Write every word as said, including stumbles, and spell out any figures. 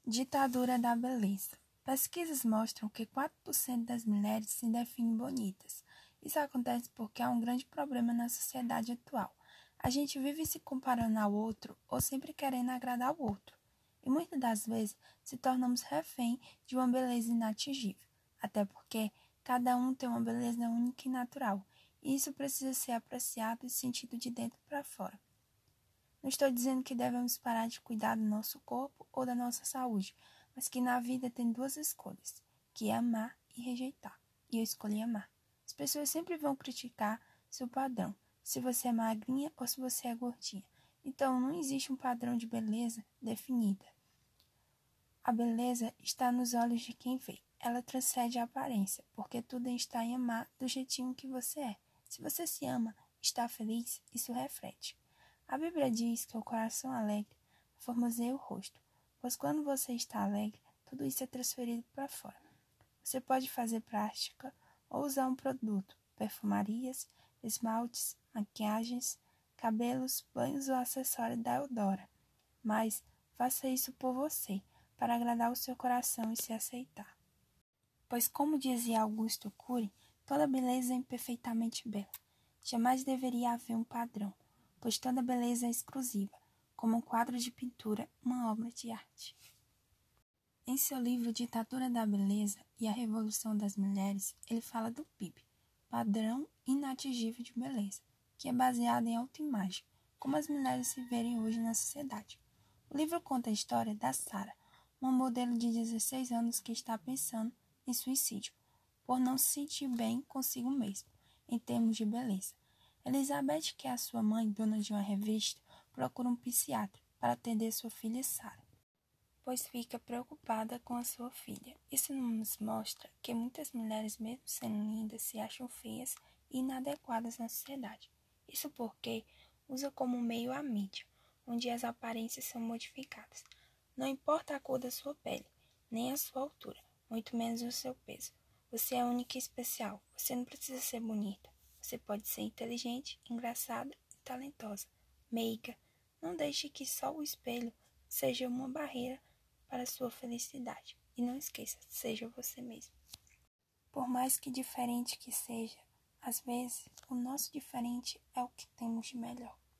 Ditadura da beleza. Pesquisas mostram que quatro por cento das mulheres se definem bonitas. Isso acontece porque há um grande problema na sociedade atual. A gente vive se comparando ao outro ou sempre querendo agradar ao outro. E muitas das vezes se tornamos refém de uma beleza inatingível. Até porque cada um tem uma beleza única e natural. E isso precisa ser apreciado e sentido de dentro para fora. Não estou dizendo que devemos parar de cuidar do nosso corpo ou da nossa saúde, mas que na vida tem duas escolhas, que é amar e rejeitar. E eu escolhi amar. As pessoas sempre vão criticar seu padrão, se você é magrinha ou se você é gordinha. Então, não existe um padrão de beleza definida. A beleza está nos olhos de quem vê. Ela transcende a aparência, porque tudo está em amar do jeitinho que você é. Se você se ama, está feliz, isso reflete. A Bíblia diz que o coração alegre formoseia o rosto, pois quando você está alegre, tudo isso é transferido para fora. Você pode fazer prática ou usar um produto, perfumarias, esmaltes, maquiagens, cabelos, banhos ou acessórios da Eudora, mas faça isso por você, para agradar o seu coração e se aceitar. Pois como dizia Augusto Cury, toda beleza é imperfeitamente bela. Jamais deveria haver um padrão, pois toda beleza é exclusiva, como um quadro de pintura, uma obra de arte. Em seu livro Ditadura da Beleza e a Revolução das Mulheres, ele fala do P I B, Padrão Inatingível de Beleza, que é baseado em autoimagem, como as mulheres se verem hoje na sociedade. O livro conta a história da Sarah, uma modelo de dezesseis anos que está pensando em suicídio, por não se sentir bem consigo mesma, em termos de beleza. Elizabeth, que é a sua mãe, dona de uma revista, procura um psiquiatra para atender sua filha Sarah, pois fica preocupada com a sua filha. Isso nos mostra que muitas mulheres, mesmo sendo lindas, se acham feias e inadequadas na sociedade. Isso porque usa como meio a mídia, onde as aparências são modificadas. Não importa a cor da sua pele, nem a sua altura, muito menos o seu peso. Você é única e especial. Você não precisa ser bonita. Você pode ser inteligente, engraçada e talentosa, meiga. Não deixe que só o espelho seja uma barreira para a sua felicidade. E não esqueça, seja você mesmo. Por mais que diferente que seja, às vezes o nosso diferente é o que temos de melhor.